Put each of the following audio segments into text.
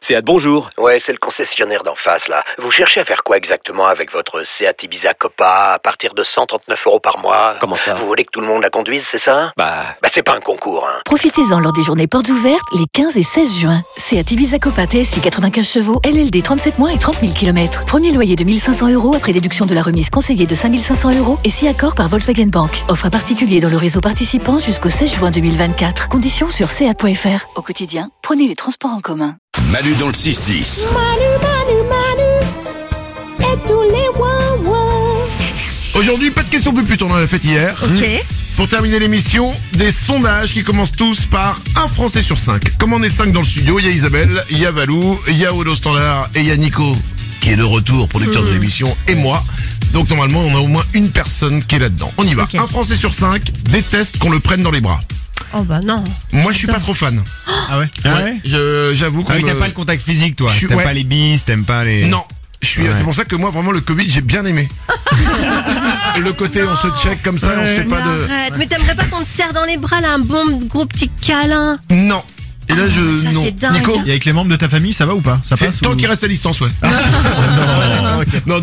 Seat, bonjour. Ouais, c'est le concessionnaire d'en face, là. Vous cherchez à faire quoi exactement avec votre Seat Ibiza Copa à partir de 139 € par mois? Comment ça? Vous voulez que tout le monde la conduise, c'est ça? Bah, c'est pas un concours, hein. Profitez-en lors des journées portes ouvertes les 15 et 16 juin. Seat Ibiza Copa TSI 95 chevaux, LLD 37 mois et 30 000 km. Premier loyer de 1 500 € après déduction de la remise conseillée de 5 500 € et si accord par Volkswagen Bank. Offre à particulier dans le réseau participant jusqu'au 16 juin 2024. Conditions sur seat.fr. Au quotidien, prenez les transports en commun. Manu dans le 6-10. Manu, et tous les ouin-ouin. Aujourd'hui, pas de questions puputes, on en a fait hier. Ok. Pour terminer l'émission, des sondages qui commencent tous par un Français sur 5. Comme on est 5 dans le studio, il y a Isabelle, il y a Valou, il y a Odo Standard et il y a Nico, qui est de retour, producteur de l'émission, et moi. Donc normalement, on a au moins une personne qui est là-dedans. On y va. Okay. Un Français sur 5 déteste qu'on le prenne dans les bras. Oh bah non. Moi, je suis pas trop fan. Ah ouais? J'avoue qu'on T'aimes pas le contact physique, toi. Je suis- T'aimes ouais. pas les bises, t'aimes pas les... Non. C'est pour ça que moi, vraiment, le Covid, j'ai bien aimé. Le côté, on se check comme ça, on se fait pas de... Arrête, mais t'aimerais pas qu'on te serre dans les bras là, un bon gros petit câlin? Non. Et là, ça, non. c'est dingue. Nico, Et avec les membres de ta famille, ça va ou pas? Ça passe c'est tant ou... qu'il reste à distance, ouais. Non.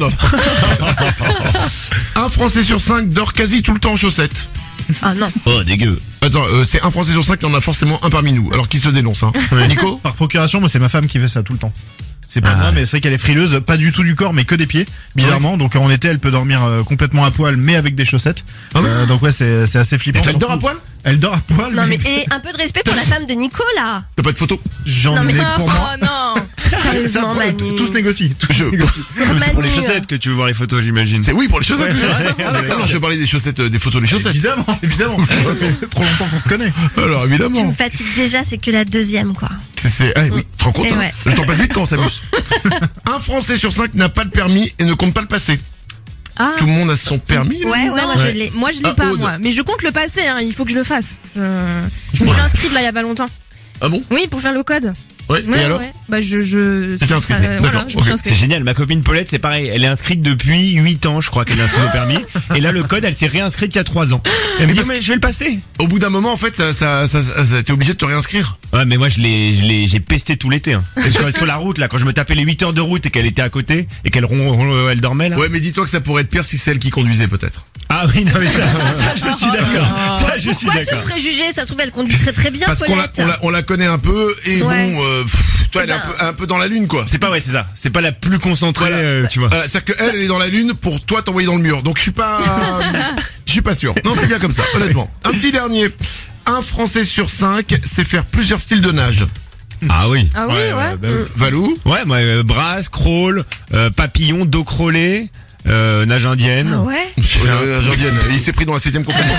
Un Français sur 5 dort quasi tout le temps en chaussettes. Ah non. Oh, dégueu. Attends, c'est un Français sur 5, il y en a forcément un parmi nous. Alors qui se dénonce, hein. Nico? Par procuration, moi, c'est ma femme qui fait ça tout le temps. C'est pas moi, mais c'est vrai qu'elle est frileuse, pas du tout du corps, mais que des pieds, bizarrement. Donc en été, elle peut dormir complètement à poil, mais avec des chaussettes. Ah oui Donc ouais, c'est assez flippant. Elle dort à Surtout- poil? Elle dort à poil. Non mais et un peu de respect pour la femme de Nico là. T'as pas de photo? J'en Non, mais- ai pour moi. Oh non. Sérieusement, Manu. Tout se négocie. Tout se négocie. C'est pour les chaussettes que tu veux voir les photos, j'imagine. C'est oui pour les chaussettes. Ouais. Non, je vais parler des chaussettes, des photos des chaussettes. Évidemment. Ça fait trop longtemps qu'on se connaît. Alors Tu me évidemment. fatigues déjà, c'est que la deuxième quoi. Oui, tu te rends compte, Et hein. ouais. Le temps passe vite quand on s'amuse. Un Français sur 5 n'a pas de permis et ne compte pas le passer. Ah. Tout le monde a son permis, là? Ouais, moi je Ouais. l'ai. Moi je l'ai Ah, pas Aude. moi, mais je compte le passer, hein. Il faut que je le fasse. Je me suis inscrite là il y a pas longtemps. Ah bon? Oui, pour faire le code. Ouais, et alors? Bah T'étais ça- inscrite, voilà, d'accord, je me suis ok. inscrite. C'est génial, ma copine Paulette, c'est pareil, elle est inscrite depuis 8 ans, je crois qu'elle est inscrite au permis. Et là, le code, elle s'est réinscrite il y a 3 ans. Elle me dit, mais je vais le passer. Au bout d'un moment, en fait, t'es obligé de te réinscrire. Ouais, mais moi, j'ai pesté tout l'été, hein. Et sur la route, là, quand je me tapais les 8 heures de route et qu'elle était à côté, et qu'elle elle dormait, là. Ouais, mais dis-toi que ça pourrait être pire si c'est elle qui conduisait, peut-être. Ah oui, non, mais ça, je suis d'accord. Ça, je suis Pourquoi ce d'accord. préjugé? Ça se trouve elle conduit très très bien, Parce Paulette. on la connaît un peu, et Ouais. bon, toi, elle est un peu dans la lune, quoi. C'est pas, c'est ça. C'est pas la plus concentrée, Voilà. tu vois. C'est-à-dire qu'elle, elle est dans la lune pour toi t'envoyer dans le mur. Donc je suis pas sûr. Non, c'est bien comme ça, honnêtement. Un petit dernier. Un Français sur 5 sait faire plusieurs styles de nage. Ah oui. Ah oui, ouais. Valou? Ouais, moi, brasse, crawl, papillon, dos crawlé, nage indienne. Ah ouais. Jordienne, il s'est pris dans la 7ème compagnie.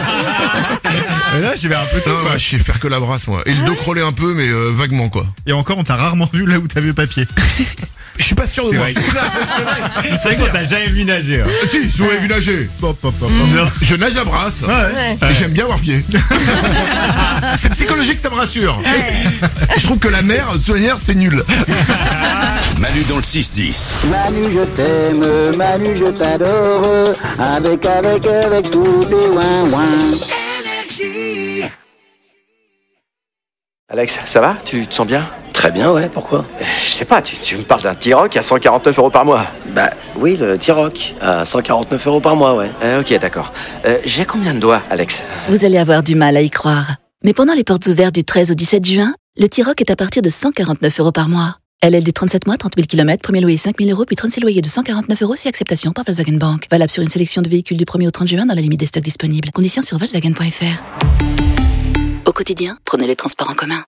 Là, je vais un peu Putain, ouais, je sais faire que la brasse, moi. Et le dos crawlé un peu, mais vaguement, quoi. Et encore, on t'a rarement vu là où t'avais papier. Je suis pas sûr de C'est moi. vrai. C'est vrai qu'on t'a jamais vu nager. Hein. Si, si vous m'avez vu nager. Je nage à brasse. Et j'aime bien avoir pied. C'est psychologique, ça me rassure. Je trouve que la mer, de toute manière, c'est nul. Manu dans le 6-10. Manu je t'aime, Manu je t'adore, avec tous tes ouin-ouin. Alex, ça va? Tu te sens bien? Très bien, ouais, pourquoi? Je sais pas, tu me parles d'un T-Roc à 149 € par mois. Bah oui, le T-Roc, à 149 € par mois, ouais. Ok, d'accord. J'ai combien de doigts, Alex? Vous allez avoir du mal à y croire. Mais pendant les portes ouvertes du 13 au 17 juin, le T-Roc est à partir de 149 € par mois. LLD 37 mois, 30 000 km, premier loyer 5 000 €, puis 36 loyers de 149 € si acceptation par Volkswagen Bank. Valable sur une sélection de véhicules du 1er au 30 juin dans la limite des stocks disponibles. Conditions sur Volkswagen.fr. Au quotidien, prenez les transports en commun.